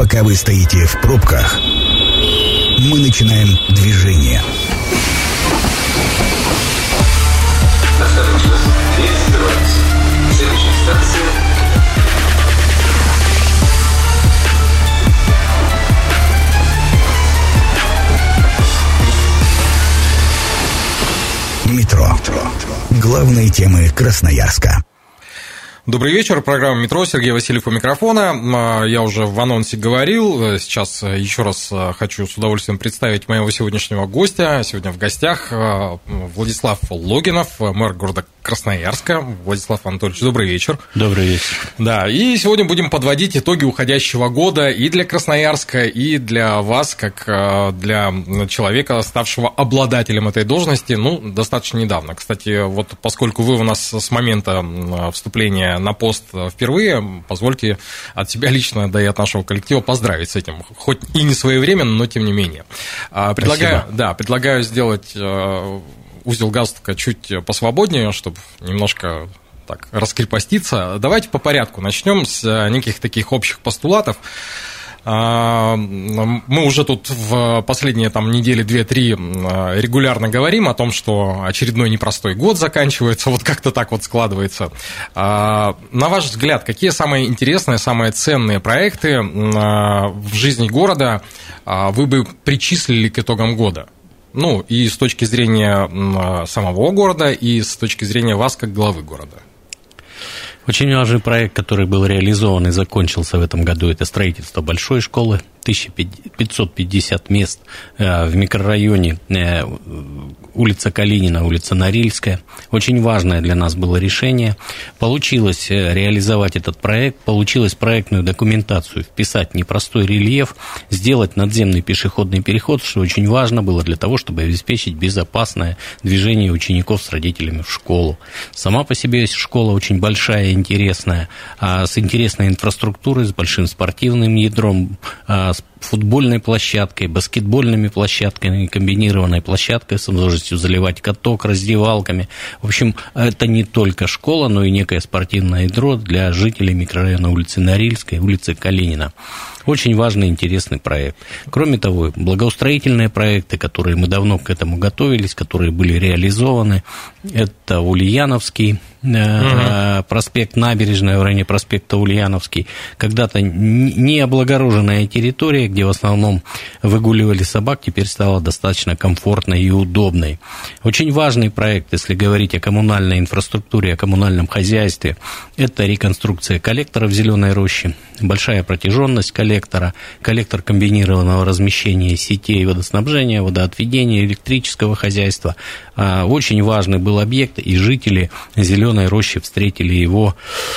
Пока вы стоите в пробках, мы начинаем движение. Осторожно, дверь закрывается. Следующая станция. Метро. Главные темы Красноярска. Добрый вечер, программа «Метро», Сергей Васильев у микрофона. Я уже в анонсе говорил, сейчас еще раз хочу с удовольствием представить моего сегодняшнего гостя. Сегодня в гостях Владислав Логинов, мэр города Красноярска. Владислав Анатольевич, добрый вечер. Добрый вечер. Да, и сегодня будем подводить итоги уходящего года и для Красноярска, и для вас, как для человека, ставшего обладателем этой должности, достаточно недавно. Кстати, вот поскольку вы у нас с момента вступления на пост впервые, позвольте от себя лично, да и от нашего коллектива поздравить с этим, хоть и не своевременно, но тем не менее. Предлагаю сделать узел галстука чуть посвободнее, чтобы немножко так раскрепоститься. Давайте по порядку начнем с неких таких общих постулатов. Мы уже тут в последние недели 2-3 регулярно говорим о том, что очередной непростой год заканчивается, вот как-то так вот складывается. На ваш взгляд, какие самые интересные, самые ценные проекты в жизни города вы бы причислили к итогам года? И с точки зрения самого города, и с точки зрения вас, как главы города. Очень важный проект, который был реализован и закончился в этом году, это строительство большой школы, 1550 мест в микрорайоне улица Калинина, улица Норильская. Очень важное для нас было решение. Получилось реализовать этот проект, получилось проектную документацию вписать непростой рельеф, сделать надземный пешеходный переход, что очень важно было для того, чтобы обеспечить безопасное движение учеников с родителями в школу. Сама по себе школа очень большая и интересная, с интересной инфраструктурой, с большим спортивным ядром, с футбольной площадкой, баскетбольными площадками, комбинированной площадкой с возможностью заливать каток, раздевалками. В общем, это не только школа, но и некое спортивное ядро для жителей микрорайона улицы Норильской, улицы Калинина. Очень важный и интересный проект. Кроме того, благоустроительные проекты, которые мы давно к этому готовились, которые были реализованы, это Ульяновский проспект Набережная, в районе проспекта Ульяновский, когда-то не облагороженная территория, где в основном выгуливали собак, теперь стала достаточно комфортной и удобной. Очень важный проект, если говорить о коммунальной инфраструктуре, о коммунальном хозяйстве, это реконструкция коллектора в Зеленой роще, большая протяженность коллектора, коллектор комбинированного размещения сетей водоснабжения, водоотведения, электрического хозяйства. Очень важный был объект, и жители Зеленой рощи встретили его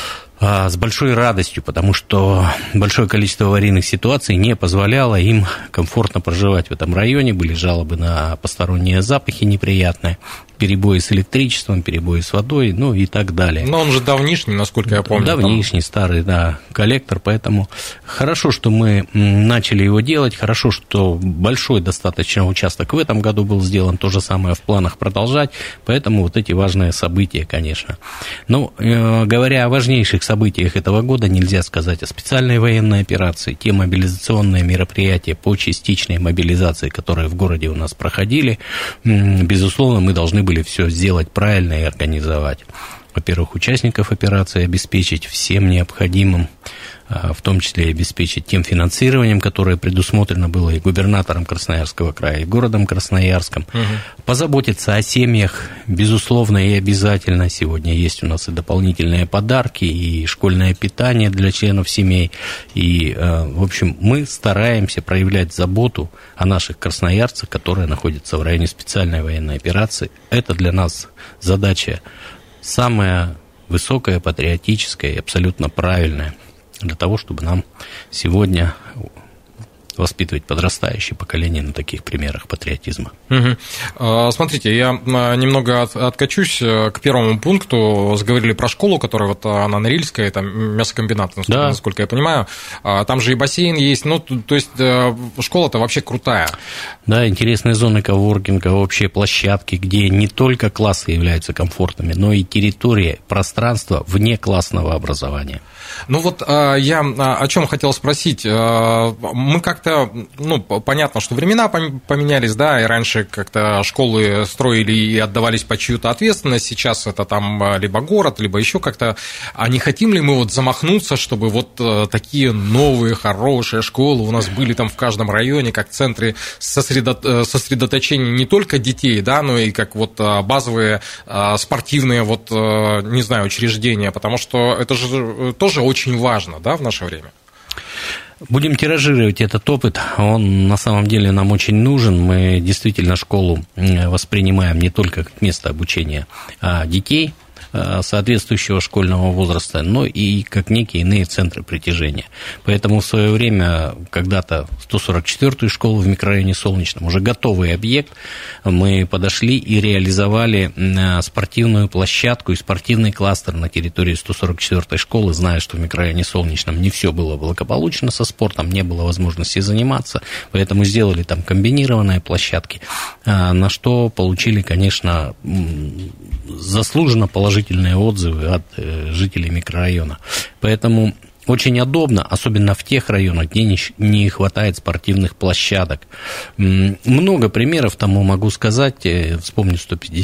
с большой радостью, потому что большое количество аварийных ситуаций не позволяло им комфортно проживать в этом районе, были жалобы на посторонние запахи неприятные, перебои с электричеством, перебои с водой, и так далее. Но он же давнишний, насколько я помню. Давнишний, старый, коллектор, поэтому хорошо, что мы начали его делать, хорошо, что большой достаточно участок в этом году был сделан, то же самое в планах продолжать, поэтому вот эти важные события, конечно. Но, говоря о важнейших событиях этого года, нельзя сказать о специальной военной операции, те мобилизационные мероприятия по частичной мобилизации, которые в городе у нас проходили, безусловно, мы должны были все сделать правильно и организовать. Во-первых, участников операции обеспечить всем необходимым, в том числе и обеспечить тем финансированием, которое предусмотрено было и губернатором Красноярского края, и городом Красноярском. Позаботиться о семьях, безусловно и обязательно. Сегодня есть у нас и дополнительные подарки, и школьное питание для членов семей. И, в общем, мы стараемся проявлять заботу о наших красноярцах, которые находятся в районе специальной военной операции. Это для нас задача самая высокая, патриотическая и абсолютно правильная для того, чтобы нам сегодня воспитывать подрастающее поколение на таких примерах патриотизма. Угу. Смотрите, я немного откачусь к первому пункту. Заговорили про школу, которая вот она Норильская, это мясокомбинат, насколько я понимаю. Там же и бассейн есть, ну, то есть школа-то вообще крутая. Да, интересные зоны коворкинга, общие площадки, где не только классы являются комфортными, но и территория, пространство вне классного образования. Ну вот я о чем хотел спросить. Мы как-то, ну, понятно, что времена поменялись, да, и раньше как-то школы строили и отдавались под чью-то ответственность, сейчас это там либо город, либо еще как-то. А не хотим ли мы вот замахнуться, чтобы вот такие новые, хорошие школы у нас были там в каждом районе, как центры сосредоточения не только детей, да, но и как вот базовые спортивные, вот, не знаю, учреждения, потому что это же тоже очень важно, да, в наше время. Будем тиражировать этот опыт, он на самом деле нам очень нужен. Мы действительно школу воспринимаем не только как место обучения детей соответствующего школьного возраста, но и как некие иные центры притяжения. Поэтому в свое время, когда-то 144-ю школу в микрорайоне Солнечном, уже готовый объект, мы подошли и реализовали спортивную площадку и спортивный кластер на территории 144-й школы, зная, что в микрорайоне Солнечном не все было благополучно со спортом, не было возможности заниматься, поэтому сделали там комбинированные площадки, на что получили, конечно, заслуженно положительные отзывы от жителей микрорайона. Поэтому очень удобно, особенно в тех районах, где не хватает спортивных площадок. Много примеров тому могу сказать. Вспомню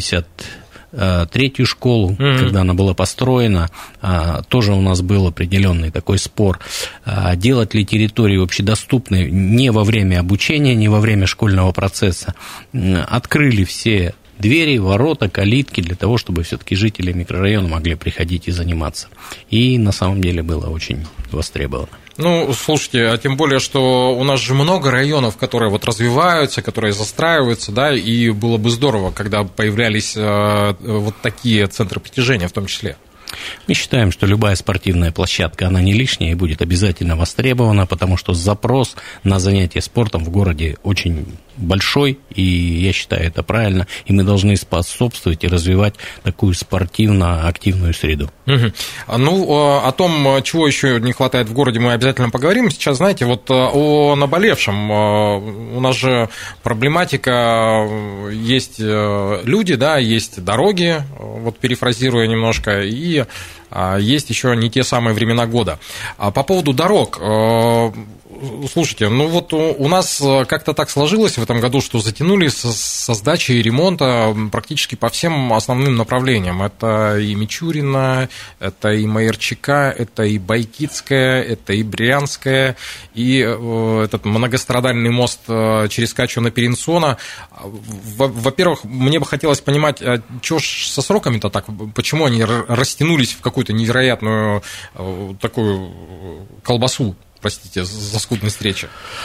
153-ю школу, когда она была построена, тоже у нас был определенный такой спор, делать ли территорию общедоступной не во время обучения, не во время школьного процесса. Открыли все двери, ворота, калитки для того, чтобы все-таки жители микрорайона могли приходить и заниматься. И на самом деле было очень востребовано. Ну, слушайте, а тем более, что у нас же много районов, которые вот развиваются, которые застраиваются, да, и было бы здорово, когда появлялись вот такие центры притяжения в том числе. Мы считаем, что любая спортивная площадка, она не лишняя и будет обязательно востребована, потому что запрос на занятия спортом в городе очень большой, и я считаю это правильно, и мы должны способствовать и развивать такую спортивно-активную среду. Ну, о том, чего еще не хватает в городе, мы обязательно поговорим. Сейчас, знаете, вот о наболевшем. У нас же проблематика, есть люди, да, есть дороги, вот перефразируя немножко, и есть еще не те самые времена года. По поводу дорог, слушайте, ну вот у нас как-то так сложилось в этом году, что затянули со сдачей и ремонта практически по всем основным направлениям. Это и Мичурина, это и Майорчика, это и Байкитская, это и Брянская, и этот многострадальный мост через Качу на Перенсона. Во-первых, мне бы хотелось понимать, а что ж со сроками-то так? Почему они растянулись в какую-то невероятную такую колбасу? Простите за скудность речи.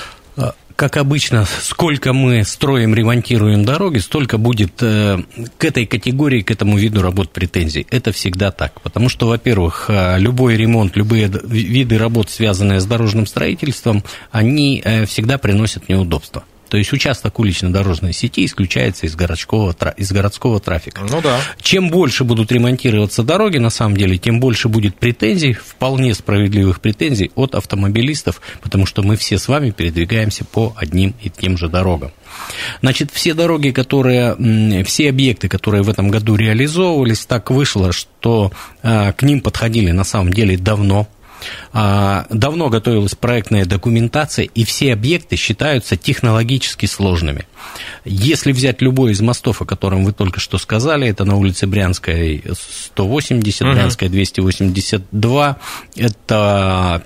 Как обычно, сколько мы строим, ремонтируем дороги, столько будет к этой категории, к этому виду работ претензий. Это всегда так. Потому что, во-первых, любой ремонт, любые виды работ, связанные с дорожным строительством, они всегда приносят неудобства. То есть участок улично-дорожной сети исключается из городского трафика. Ну да. Чем больше будут ремонтироваться дороги, на самом деле, тем больше будет претензий, вполне справедливых претензий от автомобилистов, потому что мы все с вами передвигаемся по одним и тем же дорогам. Значит, все дороги, все объекты, которые в этом году реализовывались, так вышло, что к ним подходили на самом деле давно. Давно готовилась проектная документация, и все объекты считаются технологически сложными. Если взять любой из мостов, о котором вы только что сказали, это на улице Брянской 180, Брянская 282, это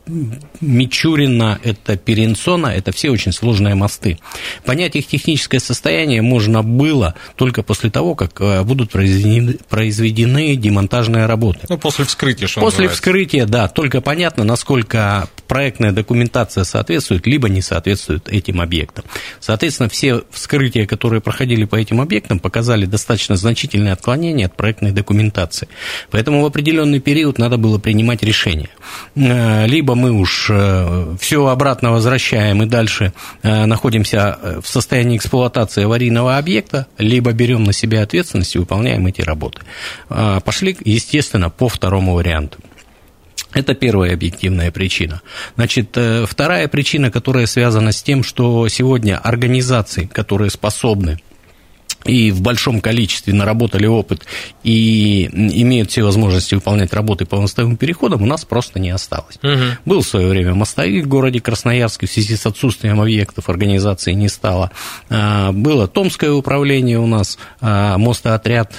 Мичурина, это Перенсона, это все очень сложные мосты. Понять их техническое состояние можно было только после того, как будут произведены демонтажные работы. Ну, после вскрытия, что После называется. вскрытия, да, только понятно, насколько проектная документация соответствует, либо не соответствует этим объектам. Соответственно, все вскрытия, которые проходили по этим объектам, показали достаточно значительные отклонения от проектной документации. Поэтому в определенный период надо было принимать решение. Либо мы уж все обратно возвращаем и дальше находимся в состоянии эксплуатации аварийного объекта, либо берем на себя ответственность и выполняем эти работы. Пошли, естественно, по второму варианту. Это первая объективная причина. Значит, вторая причина, которая связана с тем, что сегодня организации, которые способны и в большом количестве наработали опыт и имеют все возможности выполнять работы по мостовым переходам, у нас просто не осталось. Был в свое время мостовик в городе Красноярске, в связи с отсутствием объектов организации не стало. Было Томское управление у нас, мостоотряд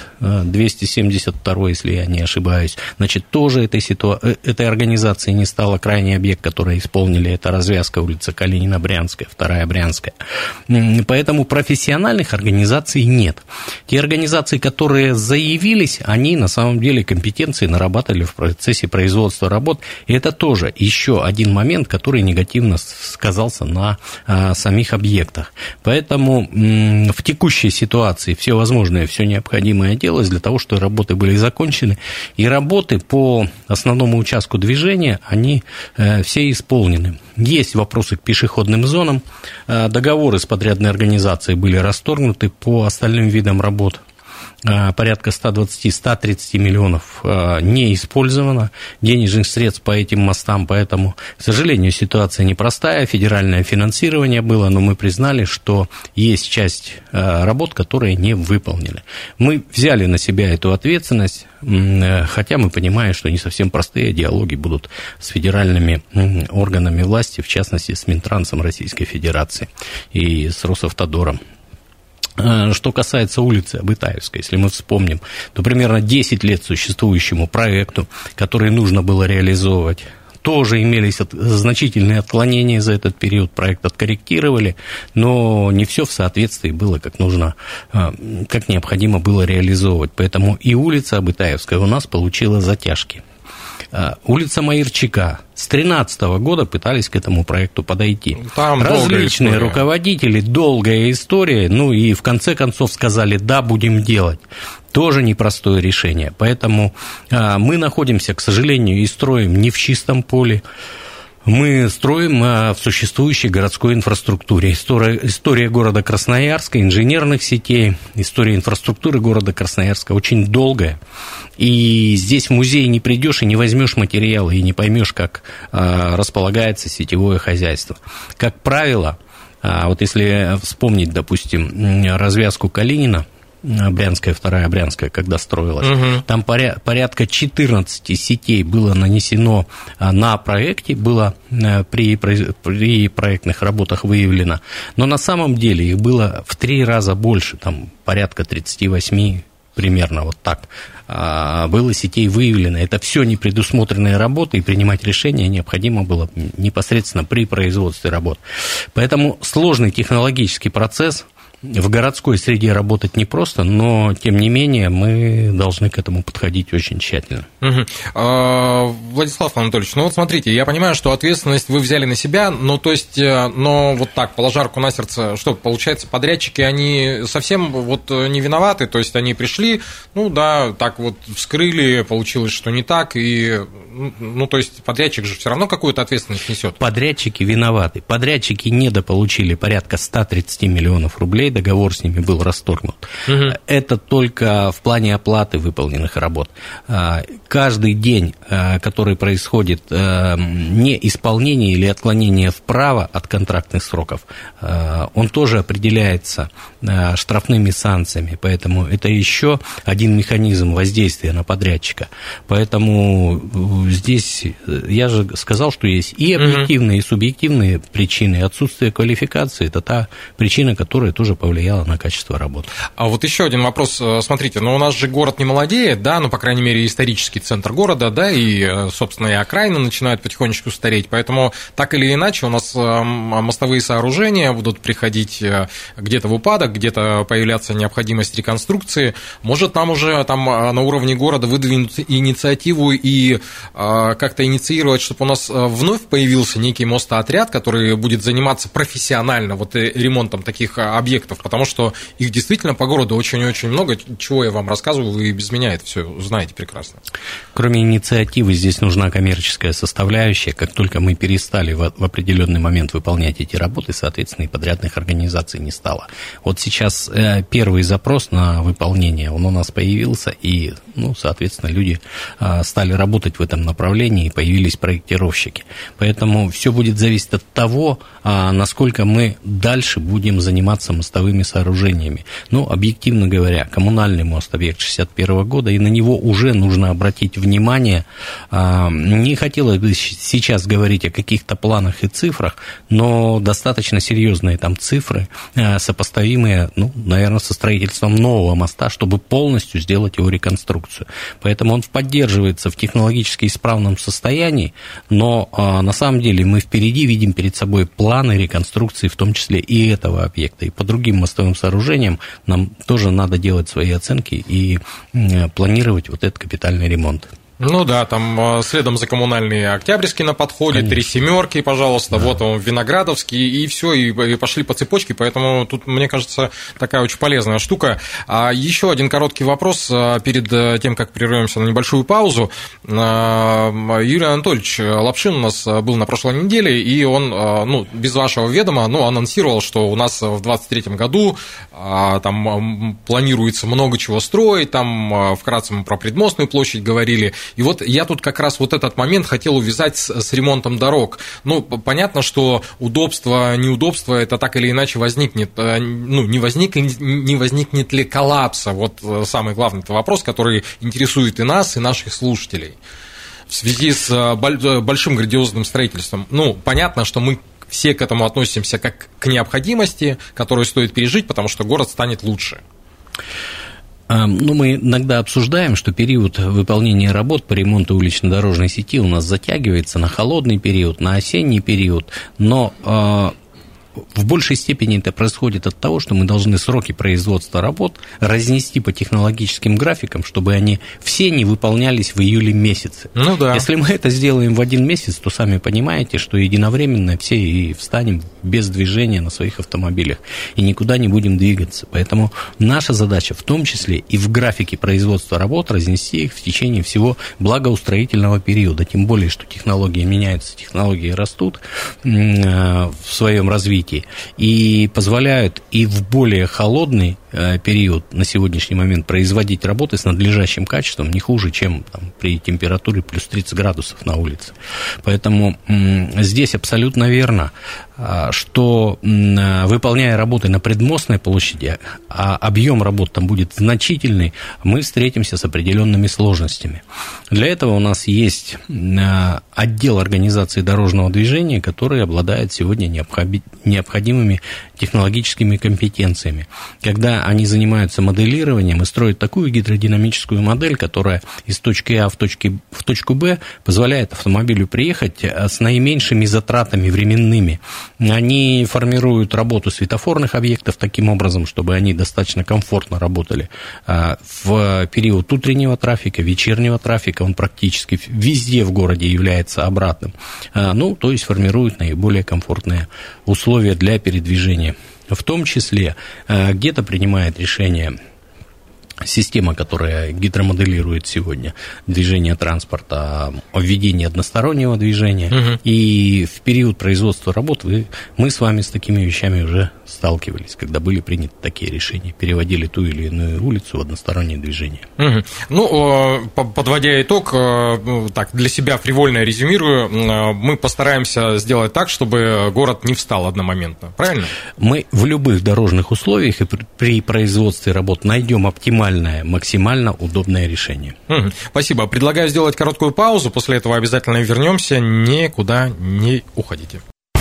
272, если я не ошибаюсь. Значит, тоже этой организации не стало. Крайний объект, который исполнили, это развязка улица Калинина-Брянская, вторая Брянская. Поэтому профессиональных организаций нет. Те организации, которые заявились, они на самом деле компетенции нарабатывали в процессе производства работ. И это тоже еще один момент, который негативно сказался на самих объектах. Поэтому в текущей ситуации все возможное, все необходимое делалось для того, чтобы работы были закончены. И работы по основному участку движения, они все исполнены. Есть вопросы к пешеходным зонам. Договоры с подрядной организацией были расторгнуты по остальным видам работ. Порядка 120-130 миллионов не использовано денежных средств по этим мостам, поэтому, к сожалению, ситуация непростая, федеральное финансирование было, но мы признали, что есть часть работ, которые не выполнены. Мы взяли на себя эту ответственность, хотя мы понимаем, что не совсем простые диалоги будут с федеральными органами власти, в частности, с Минтрансом Российской Федерации и с Росавтодором. Что касается улицы Абытаевской, если мы вспомним, то примерно 10 лет существующему проекту, который нужно было реализовывать, тоже имелись значительные отклонения за этот период, проект откорректировали, но не все в соответствии было как нужно, как необходимо было реализовывать. Поэтому и улица Абытаевская у нас получила затяжки. Улица Маирчака. С 2013 года пытались к этому проекту подойти. Там различные руководители, долгая история, ну и в конце концов сказали, да, будем делать. Тоже непростое решение. Поэтому мы находимся, к сожалению, и строим не в чистом поле. Мы строим в существующей городской инфраструктуре. История города Красноярска, инженерных сетей, история инфраструктуры города Красноярска очень долгая. И здесь в музей не придешь и не возьмешь материалы, и не поймешь, как располагается сетевое хозяйство. Как правило, вот если вспомнить, допустим, развязку Калинина, Брянская, вторая Брянская, когда строилась, там порядка 14 сетей было нанесено на проекте, было при проектных работах выявлено, но на самом деле их было в 3 раза больше, там порядка 38 примерно вот так было сетей выявлено. Это все непредусмотренные работы, и принимать решения необходимо было непосредственно при производстве работ. Поэтому сложный технологический процесс. В городской среде работать непросто, но, тем не менее, мы должны к этому подходить очень тщательно. Владислав Анатольевич, ну вот смотрите, я понимаю, что ответственность вы взяли на себя, но вот так, положа руку на сердце, что, получается, подрядчики, они совсем вот не виноваты, то есть они пришли, ну да, так вот вскрыли, получилось, что не так, и, ну, то есть подрядчик же все равно какую-то ответственность несет. Подрядчики виноваты. Подрядчики недополучили порядка 130 миллионов рублей, договор с ними был расторгнут. Это только в плане оплаты выполненных работ. Каждый день, который происходит неисполнение или отклонение вправо от контрактных сроков, он тоже определяется штрафными санкциями, поэтому это еще один механизм воздействия на подрядчика. Поэтому здесь я же сказал, что есть и объективные, и субъективные причины. Отсутствие квалификации – это та причина, которая тоже повлияло на качество работы. А вот еще один вопрос. Смотрите, у нас же город не молодеет, да, по крайней мере, исторический центр города, да, и, собственно, и окраины начинают потихонечку стареть, поэтому так или иначе у нас мостовые сооружения будут приходить где-то в упадок, где-то появляться необходимость реконструкции. Может, нам уже там на уровне города выдвинуть инициативу и как-то инициировать, чтобы у нас вновь появился некий мостоотряд, который будет заниматься профессионально вот ремонтом таких объектов, потому что их действительно по городу очень-очень много, чего я вам рассказываю, вы без меня это все знаете прекрасно. Кроме инициативы, здесь нужна коммерческая составляющая. Как только мы перестали в определенный момент выполнять эти работы, соответственно, и подрядных организаций не стало. Вот сейчас первый запрос на выполнение, он у нас появился, и, соответственно, люди стали работать в этом направлении, и появились проектировщики. Поэтому все будет зависеть от того, насколько мы дальше будем заниматься мостовыми сооружениями. Объективно говоря, коммунальный мост, объект 61 года, и на него уже нужно обратить внимание. Не хотелось бы сейчас говорить о каких-то планах и цифрах, но достаточно серьезные там цифры, сопоставимые, наверное, со строительством нового моста, чтобы полностью сделать его реконструкцию. Поэтому он поддерживается в технологически исправном состоянии, но на самом деле мы впереди видим перед собой планы реконструкции, в том числе и этого объекта. И по другим мостовым сооружениям нам тоже надо делать свои оценки и планировать вот этот капитальный ремонт. Там следом за коммунальный Октябрьский на подходе, конечно. 3 семерки, пожалуйста, да. Вот он, Виноградовский, и все, и пошли по цепочке, поэтому тут, мне кажется, такая очень полезная штука. Еще один короткий вопрос перед тем, как прервемся на небольшую паузу. Юрий Анатольевич Лапшин у нас был на прошлой неделе, и он, без вашего ведома, анонсировал, что у нас в 2023 году там планируется много чего строить, там вкратце мы про Предмостную площадь говорили. И вот я тут как раз вот этот момент хотел увязать с ремонтом дорог. Понятно, что удобство, неудобство, это так или иначе возникнет. Не возникнет ли коллапса? Вот самый главный это вопрос, который интересует и нас, и наших слушателей. В связи с большим грандиозным строительством. Понятно, что мы все к этому относимся как к необходимости, которую стоит пережить, потому что город станет лучше. Мы иногда обсуждаем, что период выполнения работ по ремонту улично-дорожной сети у нас затягивается на холодный период, на осенний период, но в большей степени это происходит от того, что мы должны сроки производства работ разнести по технологическим графикам, чтобы они все не выполнялись в июле месяце. Да. Если мы это сделаем в один месяц, то сами понимаете, что единовременно все и встанем без движения на своих автомобилях и никуда не будем двигаться. Поэтому наша задача в том числе и в графике производства работ разнести их в течение всего благоустроительного периода. Тем более, что технологии меняются, технологии растут в своем развитии и позволяют и в более холодный период на сегодняшний момент производить работы с надлежащим качеством не хуже, чем при температуре плюс 30 градусов на улице. Поэтому здесь абсолютно верно, что выполняя работы на Предмостной площади, а объем работ там будет значительный, мы встретимся с определенными сложностями. Для этого у нас есть отдел организации дорожного движения, который обладает сегодня необходимыми технологическими компетенциями. Когда они занимаются моделированием и строят такую гидродинамическую модель, которая из точки А в точку Б позволяет автомобилю приехать с наименьшими затратами временными. Они формируют работу светофорных объектов таким образом, чтобы они достаточно комфортно работали в период утреннего трафика, вечернего трафика. Он практически везде в городе является обратным. То есть формируют наиболее комфортные условия для передвижения. В том числе где-то принимает решение система, которая гидромоделирует сегодня движение транспорта, о введении одностороннего движения. И в период производства работ мы с вами с такими вещами уже сталкивались, когда были приняты такие решения, переводили ту или иную улицу в одностороннее движение. Подводя итог, для себя фривольно резюмирую, мы постараемся сделать так, чтобы город не встал одномоментно, правильно? Мы в любых дорожных условиях и при производстве работ найдем оптимальное, максимально удобное решение. Спасибо. Предлагаю сделать короткую паузу, после этого обязательно вернемся, никуда не уходите.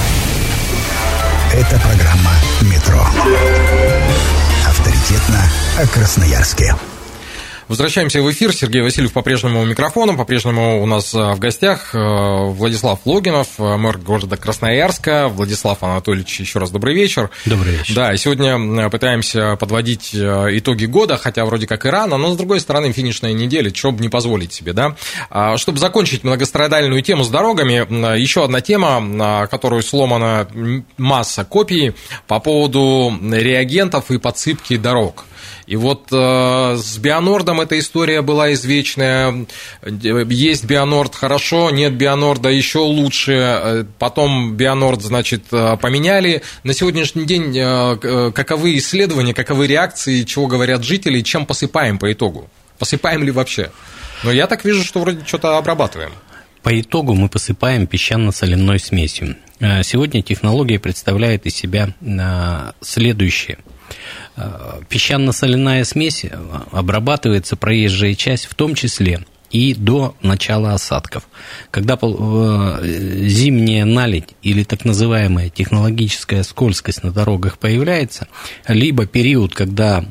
Это программа «Метро». Авторитетно о Красноярске. Возвращаемся в эфир. Сергей Васильев по-прежнему у микрофона. По-прежнему у нас в гостях Владислав Логинов, мэр города Красноярска. Владислав Анатольевич, еще раз добрый вечер. Добрый вечер. Да, и сегодня пытаемся подводить итоги года, хотя вроде как и рано, но, с другой стороны, финишная неделя, чего бы не позволить себе, да. Чтобы закончить многострадальную тему с дорогами, еще одна тема, на которую сломана масса копий по поводу реагентов и подсыпки дорог. И вот с Бионордом эта история была извечная. Есть Бионорд, хорошо, нет Бионорда, еще лучше. Потом Бионорд, значит, поменяли. На сегодняшний день каковы исследования, каковы реакции, чего говорят жители, чем посыпаем по итогу? Посыпаем ли вообще? Но я так вижу, что вроде что-то обрабатываем. По итогу мы посыпаем песчано-соляной смесью. Сегодня технология представляет из себя следующее. Песчано-соляная смесь обрабатывается проезжая часть, в том числе и до начала осадков. Когда зимняя наледь или так называемая технологическая скользкость на дорогах появляется, либо период, когда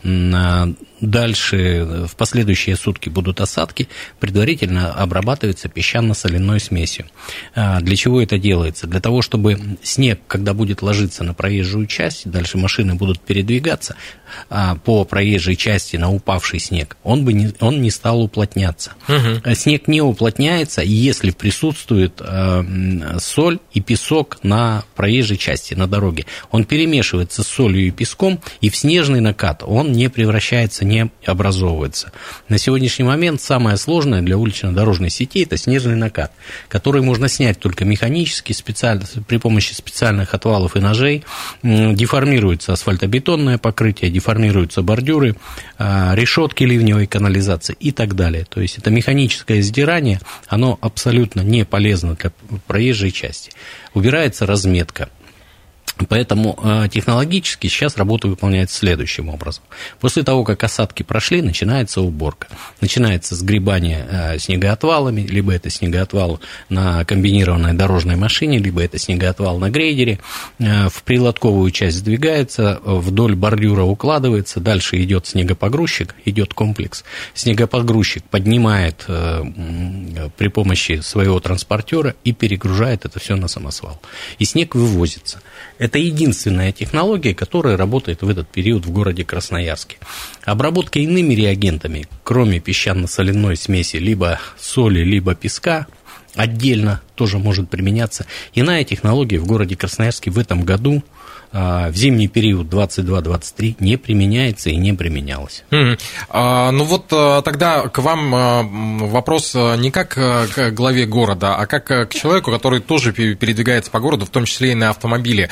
дальше в последующие сутки будут осадки, предварительно обрабатывается песчано-соляной смесью. Для чего это делается? Для того, чтобы снег, когда будет ложиться на проезжую часть, дальше машины будут передвигаться по проезжей части на упавший снег, он не стал уплотняться. Угу. Снег не уплотняется, если присутствует соль и песок на проезжей части, на дороге. Он перемешивается с солью и песком, и в снежный накат он не превращается, не образовывается. На сегодняшний момент самое сложное для улично-дорожной сети – это снежный накат, который можно снять только механически, при помощи специальных отвалов и ножей. Деформируется асфальтобетонное покрытие, деформируются бордюры, решетки ливневой канализации и так далее. То есть это механическое сдирание, оно абсолютно не полезно для проезжей части. Убирается разметка. Поэтому технологически сейчас работа выполняется следующим образом. После того, как осадки прошли, начинается уборка. Начинается сгребание снегоотвалами, либо это снегоотвал на комбинированной дорожной машине, либо это снегоотвал на грейдере. В прилотковую часть сдвигается, вдоль бордюра укладывается, дальше идет снегопогрузчик, идет комплекс. Снегопогрузчик поднимает при помощи своего транспортера и перегружает это все на самосвал. И снег вывозится. Это единственная технология, которая работает в этот период в городе Красноярске. Обработка иными реагентами, кроме песчано-соляной смеси, либо соли, либо песка, отдельно тоже может применяться. Иная технология в городе Красноярске в этом году, в зимний период 22-23, не применяется и не применялась. Ну вот тогда к вам вопрос не как к главе города, а как к человеку, который тоже передвигается по городу, в том числе и на автомобиле.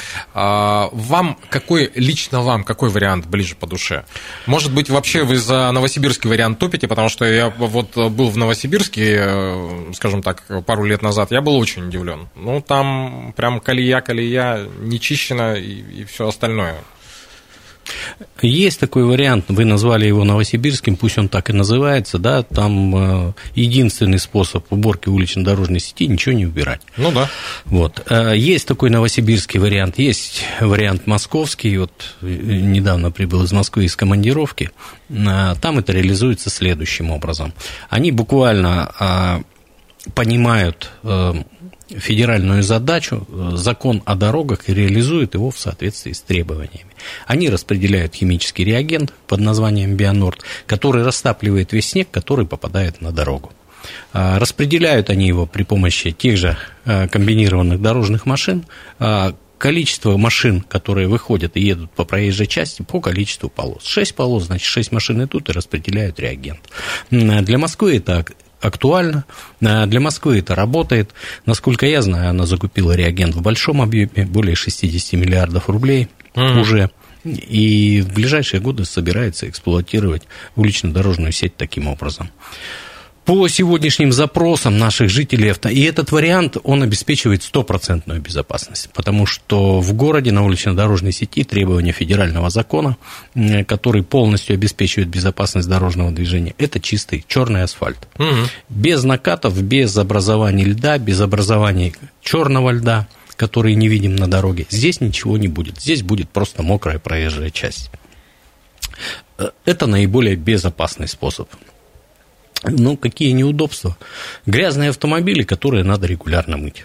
Лично вам какой вариант ближе по душе? Может быть, вообще вы за новосибирский вариант топите, потому что я вот был в Новосибирске, скажем так, пару лет назад, я был очень удивлен. Ну, там прям колея, не чищена и все остальное. Есть такой вариант, вы назвали его новосибирским, пусть он так и называется, да, там единственный способ уборки улично-дорожной сети – ничего не убирать. Ну да. Вот. Есть такой новосибирский вариант, есть вариант московский, вот недавно прибыл из Москвы из командировки, там это реализуется следующим образом. Они буквально понимают федеральную задачу, закон о дорогах, и реализуют его в соответствии с требованиями. Они распределяют химический реагент под названием Бионорд, который растапливает весь снег, который попадает на дорогу. Распределяют они его при помощи тех же комбинированных дорожных машин, количество машин, которые выходят и едут по проезжей части, по количеству полос. 6 полос, значит, 6 машин идут и распределяют реагент. Для Москвы это актуально, для Москвы это работает. Насколько я знаю, она закупила реагент в большом объеме, более 60 миллиардов рублей уже, и в ближайшие годы собирается эксплуатировать улично-дорожную сеть таким образом. По сегодняшним запросам наших жителей, и этот вариант, он обеспечивает 100% безопасность, потому что в городе на улично-дорожной сети требования федерального закона, который полностью обеспечивает безопасность дорожного движения, это чистый черный асфальт. Без накатов, без образования льда, без образования черного льда, который не видим на дороге, здесь ничего не будет, здесь будет просто мокрая проезжая часть. Это наиболее безопасный способ. Ну, какие неудобства? Грязные автомобили, которые надо регулярно мыть.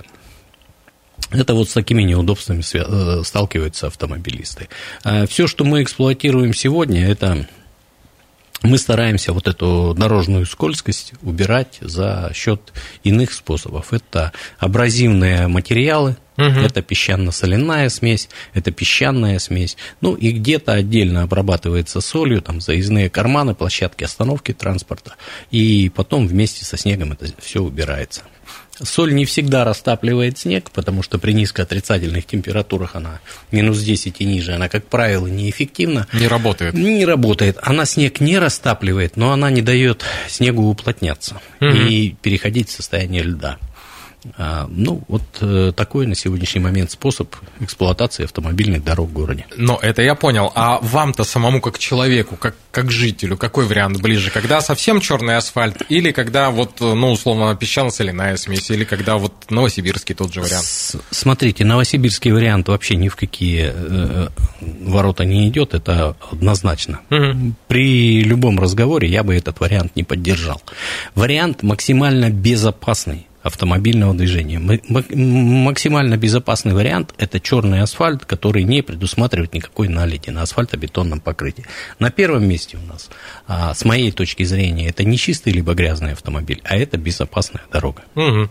Это вот с такими неудобствами сталкиваются автомобилисты. Все, что мы эксплуатируем сегодня, это мы стараемся вот эту дорожную скользкость убирать за счет иных способов. Это абразивные материалы, это песчано-соляная смесь, это песчаная смесь, ну и где-то отдельно обрабатывается солью, там заездные карманы, площадки остановки транспорта, и потом вместе со снегом это все убирается. Соль не всегда растапливает снег, потому что при низкоотрицательных температурах она минус 10 и ниже, она, как правило, неэффективна. Не работает. Не работает. Она снег не растапливает, но она не дает снегу уплотняться и переходить в состояние льда. Ну, вот такой на сегодняшний момент способ эксплуатации автомобильных дорог в городе. Но это я понял. А вам-то самому, как человеку, как жителю, какой вариант ближе? Когда совсем черный асфальт, или когда вот, ну, условно, песчано-соляная смесь, или когда вот новосибирский тот же вариант? Смотрите, новосибирский вариант вообще ни в какие ворота не идет, это однозначно. При любом разговоре я бы этот вариант не поддержал. Вариант максимально безопасный автомобильного движения. Максимально безопасный вариант – это черный асфальт, который не предусматривает никакой наледи на асфальтобетонном покрытии. На первом месте у нас, с моей точки зрения, это не чистый либо грязный автомобиль, а это безопасная дорога.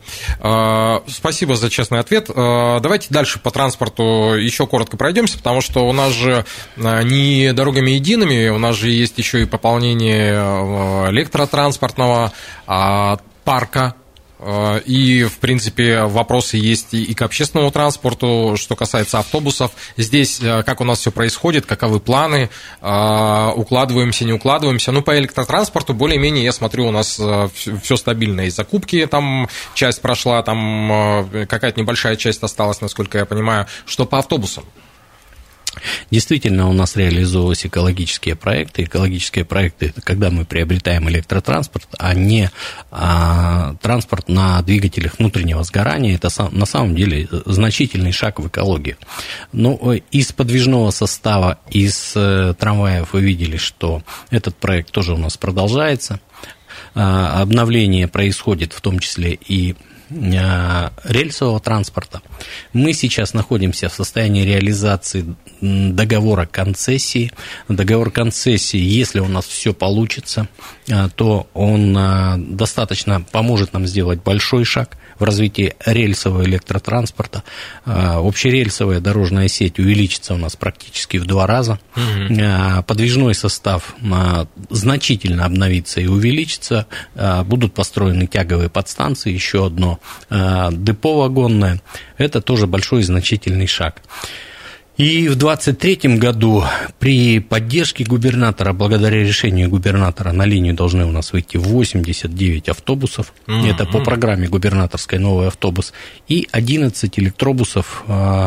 Спасибо за честный ответ. Давайте дальше по транспорту еще коротко пройдемся, потому что у нас же не дорогами едиными, у нас же есть еще и пополнение электротранспортного парка. И, в принципе, вопросы есть и к общественному транспорту, что касается автобусов. Здесь как у нас все происходит, каковы планы, укладываемся, не укладываемся. Ну, по электротранспорту более-менее, я смотрю, у нас все стабильно. И закупки там часть прошла, там какая-то небольшая часть осталась, насколько я понимаю. Что по автобусам? Действительно, у нас реализовывались экологические проекты. Экологические проекты – это когда мы приобретаем электротранспорт, а не транспорт на двигателях внутреннего сгорания. Это на самом деле значительный шаг в экологию. Но из подвижного состава, из трамваев вы видели, что этот проект тоже у нас продолжается. Обновление происходит в том числе и рельсового транспорта. Мы сейчас находимся в состоянии реализации договора концессии. Договор концессии, если у нас все получится, то он достаточно поможет нам сделать большой шаг в развитии рельсового электротранспорта. Общерельсовая дорожная сеть увеличится у нас практически в 2 раза. Подвижной состав значительно обновится и увеличится. Будут построены тяговые подстанции, еще одно депо вагонное. Это тоже большой и значительный шаг. И в 2023 году при поддержке губернатора, благодаря решению губернатора, на линию должны у нас выйти 89 автобусов. Это по программе губернаторской «Новый автобус». И 11 электробусов.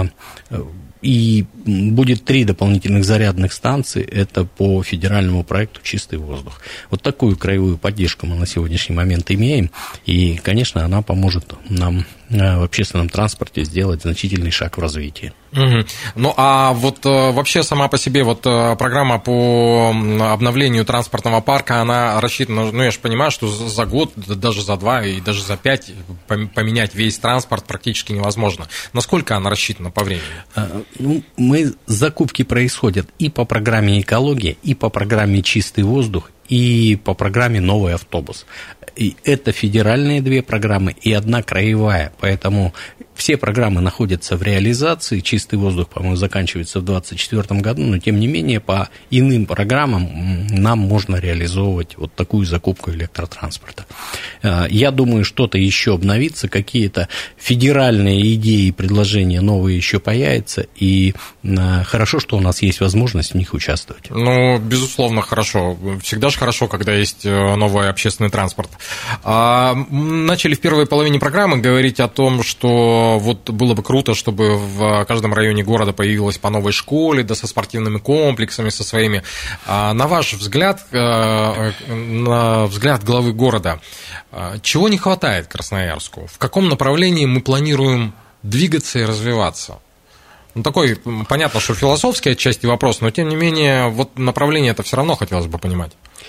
И будет 3 дополнительных зарядных станции. Это по федеральному проекту «Чистый воздух». Вот такую краевую поддержку мы на сегодняшний момент имеем. И, конечно, она поможет нам в общественном транспорте сделать значительный шаг в развитии. Ну, а вот вообще сама по себе вот программа по обновлению транспортного парка, она рассчитана, ну, я же понимаю, что за год, даже за 2 и даже за 5 поменять весь транспорт практически невозможно. Насколько она рассчитана по времени? Ну, закупки происходят и по программе «Экология», и по программе «Чистый воздух», и по программе «Новый автобус». И это федеральные 2 программы и 1 краевая, поэтому все программы находятся в реализации. «Чистый воздух», по-моему, заканчивается в 2024 году, но, тем не менее, по иным программам нам можно реализовывать вот такую закупку электротранспорта. Я думаю, что-то еще обновится, какие-то федеральные идеи и предложения новые еще появятся, и хорошо, что у нас есть возможность в них участвовать. Ну, безусловно, хорошо. Всегда же хорошо, когда есть новый общественный транспорт. Начали в первой половине программы говорить о том, что вот было бы круто, чтобы в каждом районе города появилась по новой школе, да со спортивными комплексами, со своими. На ваш взгляд, на взгляд главы города, чего не хватает Красноярску? В каком направлении мы планируем двигаться и развиваться? Ну, такой, понятно, что философский отчасти вопрос, но, тем не менее, вот направление это все равно хотелось бы понимать.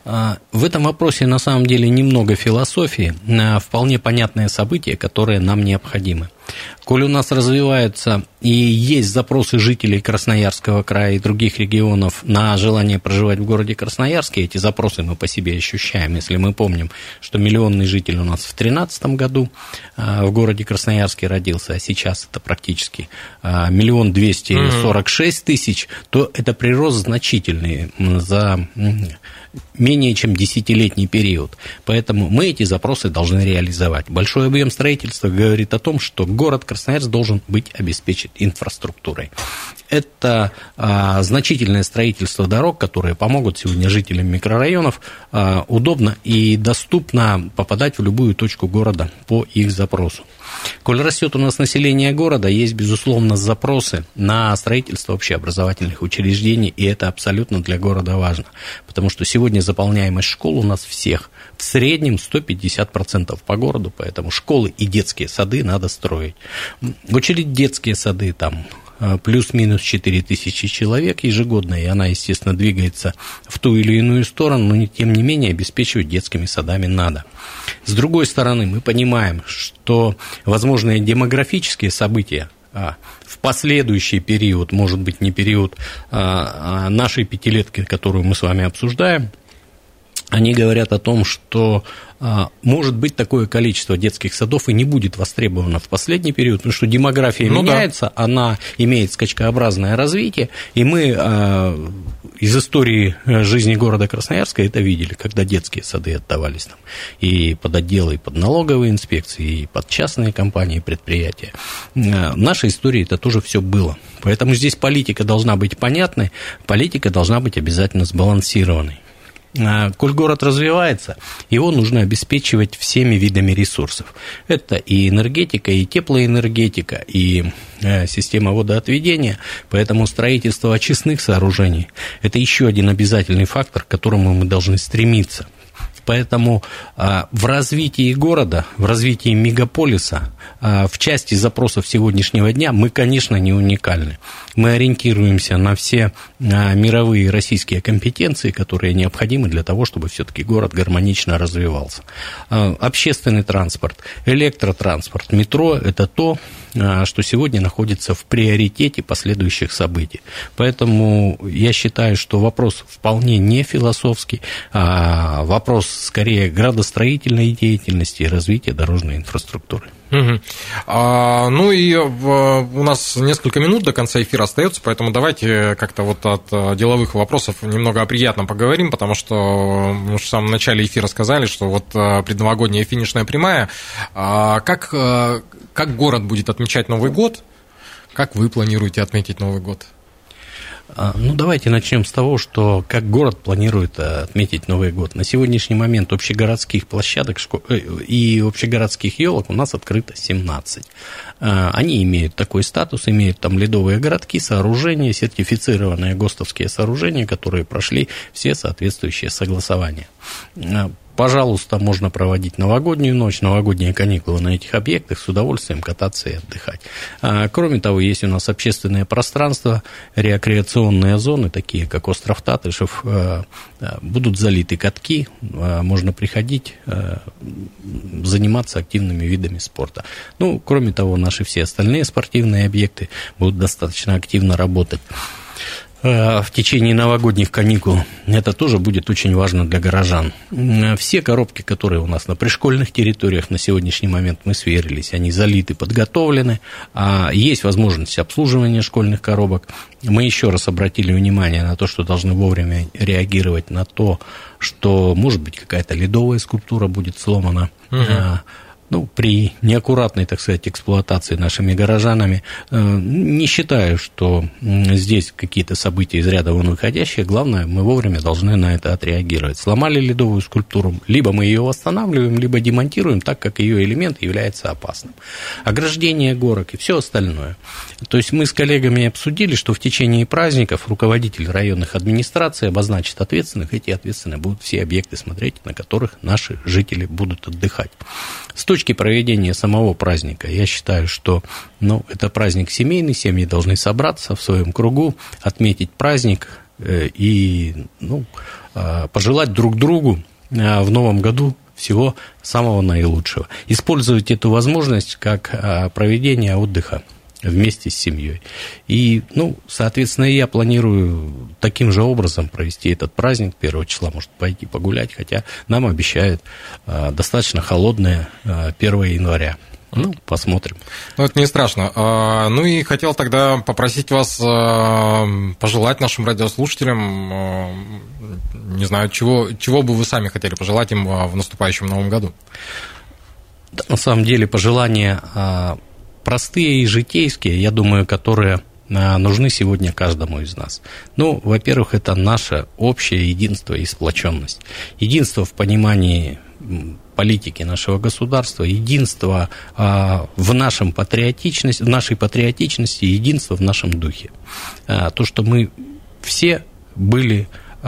В этом вопросе на самом деле немного философии, вполне понятные события, которые нам необходимы. Коль у нас развиваются и есть запросы жителей Красноярского края и других регионов на желание проживать в городе Красноярске, эти запросы мы по себе ощущаем. Если мы помним, что миллионный житель у нас в 2013 году в городе Красноярске родился, а сейчас это практически 1 246 000, то это прирост значительный за менее чем 10-летний период. Поэтому мы эти запросы должны реализовать. Большой объем строительства говорит о том, что город Красноярск должен быть обеспечен инфраструктурой. Это значительное строительство дорог, которые помогут сегодня жителям микрорайонов удобно и доступно попадать в любую точку города по их запросу. Коль растет у нас население города, есть, безусловно, запросы на строительство общеобразовательных учреждений, и это абсолютно для города важно, потому что сегодня заполняемость школ у нас всех в среднем 150% по городу, поэтому школы и детские сады надо строить. Учредить детские сады там плюс-минус 4000 человек ежегодно, и она, естественно, двигается в ту или иную сторону, но тем не менее обеспечивать детскими садами надо. С другой стороны, мы понимаем, что возможные демографические события в последующий период, может быть, не период нашей пятилетки, которую мы с вами обсуждаем, они говорят о том, что может быть такое количество детских садов и не будет востребовано в последний период, потому что демография меняется, да. Она имеет скачкообразное развитие, и мы из истории жизни города Красноярска это видели, когда детские сады отдавались там и под отделы, и под налоговые инспекции, и под частные компании, предприятия. В нашей истории это тоже все было. Поэтому здесь политика должна быть понятной, политика должна быть обязательно сбалансированной. Коль город развивается, его нужно обеспечивать всеми видами ресурсов. Это и энергетика, и теплоэнергетика, и система водоотведения. Поэтому строительство очистных сооружений – это еще один обязательный фактор, к которому мы должны стремиться. Поэтому в развитии города, в развитии мегаполиса, в части запросов сегодняшнего дня мы, конечно, не уникальны. Мы ориентируемся на все мировые российские компетенции, которые необходимы для того, чтобы все-таки город гармонично развивался. Общественный транспорт, электротранспорт, метро – это то, что сегодня находится в приоритете последующих событий. Поэтому я считаю, что вопрос вполне не философский, а вопрос скорее градостроительной деятельности и развития дорожной инфраструктуры. Угу. Ну и у нас несколько минут до конца эфира остается, поэтому давайте как-то вот от деловых вопросов немного о приятном поговорим, потому что мы в самом начале эфира сказали, что вот предновогодняя финишная прямая. Как город будет отмечать Новый год? Как вы планируете отметить Новый год? Ну, давайте начнем с того, что как город планирует отметить Новый год. На сегодняшний момент общегородских площадок и общегородских елок у нас открыто 17. Они имеют такой статус, имеют там ледовые городки, сооружения, сертифицированные ГОСТовские сооружения, которые прошли все соответствующие согласования. Пожалуйста, можно проводить новогоднюю ночь, новогодние каникулы на этих объектах, с удовольствием кататься и отдыхать. Кроме того, есть у нас общественное пространство, рекреационные зоны, такие как остров Татышев, будут залиты катки, можно приходить, заниматься активными видами спорта. Ну, кроме того, наши все остальные спортивные объекты будут достаточно активно работать в течение новогодних каникул. Это тоже будет очень важно для горожан. Все коробки, которые у нас на пришкольных территориях на сегодняшний момент мы сверились, они залиты, подготовлены. Есть возможность обслуживания школьных коробок. Мы еще раз обратили внимание на то, что должны вовремя реагировать на то, что, может быть, какая-то ледовая скульптура будет сломана. Ну, при неаккуратной, так сказать, эксплуатации нашими горожанами, не считаю, что здесь какие-то события из ряда вон выходящие. Главное, мы вовремя должны на это отреагировать. Сломали ледовую скульптуру, либо мы ее восстанавливаем, либо демонтируем, так как ее элемент является опасным. Ограждение горок и все остальное. То есть мы с коллегами обсудили, что в течение праздников руководитель районных администраций обозначит ответственных, эти ответственные будут все объекты смотреть, на которых наши жители будут отдыхать. С точки проведения самого праздника, я считаю, что это праздник семейный, семьи должны собраться в своем кругу, отметить праздник, и пожелать друг другу в новом году всего самого наилучшего. Использовать эту возможность как проведение отдыха вместе с семьей. И, соответственно, я планирую таким же образом провести этот праздник. 1 числа, может, пойти погулять, хотя нам обещают достаточно холодное 1 января. Посмотрим. Это не страшно. И хотел тогда попросить вас пожелать нашим радиослушателям, не знаю, чего бы вы сами хотели пожелать им в наступающем новом году. Да, на самом деле, пожелания простые и житейские, я думаю, которые нужны сегодня каждому из нас. Во-первых, это наше общее единство и сплоченность. Единство в понимании политики нашего государства, единство в нашей патриотичности, единство в нашем духе. То, что мы все были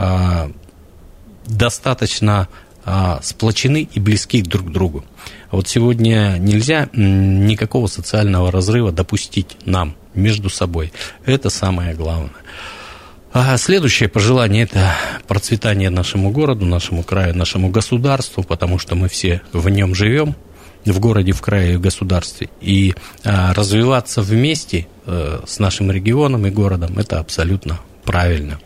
достаточно сплочены и близки друг к другу. Вот сегодня нельзя никакого социального разрыва допустить нам между собой. Это самое главное. А следующее пожелание – это процветание нашему городу, нашему краю, нашему государству, потому что мы все в нем живем, в городе, в крае и в государстве. И развиваться вместе с нашим регионом и городом – это абсолютно правильно.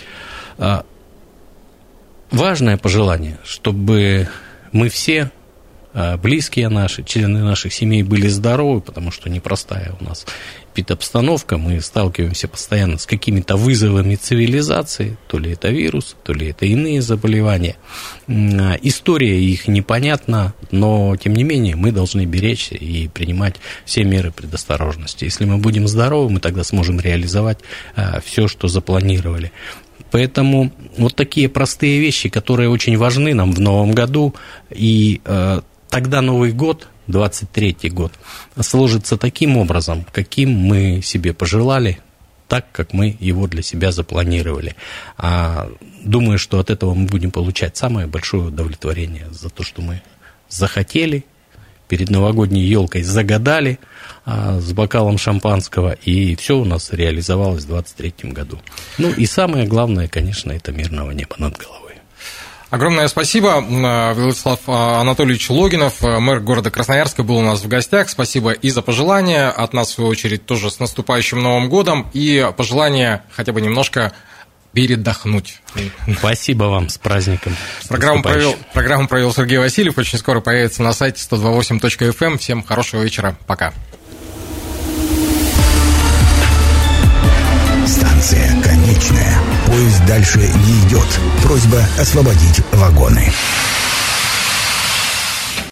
Важное пожелание, чтобы мы все, близкие наши, члены наших семей были здоровы, потому что непростая у нас обстановка, мы сталкиваемся постоянно с какими-то вызовами цивилизации, то ли это вирус, то ли это иные заболевания. История их непонятна, но, тем не менее, мы должны беречься и принимать все меры предосторожности. Если мы будем здоровы, мы тогда сможем реализовать все, что запланировали. Поэтому вот такие простые вещи, которые очень важны нам в новом году, и тогда Новый год, 23-й год, сложится таким образом, каким мы себе пожелали, так, как мы его для себя запланировали. Думаю, что от этого мы будем получать самое большое удовлетворение за то, что мы захотели, перед новогодней елкой загадали с бокалом шампанского, и все у нас реализовалось в 23-м году. И самое главное, конечно, это мирного неба над головой. Огромное спасибо. Владислав Анатольевич Логинов, мэр города Красноярска, был у нас в гостях. Спасибо и за пожелания. От нас, в свою очередь, тоже с наступающим Новым годом. И пожелания хотя бы немножко передохнуть. Спасибо вам, с праздником. Программу провел Сергей Васильев. Очень скоро появится на сайте 128.fm. Всем хорошего вечера. Пока. Станция конечная. Поезд дальше не идет. Просьба освободить вагоны.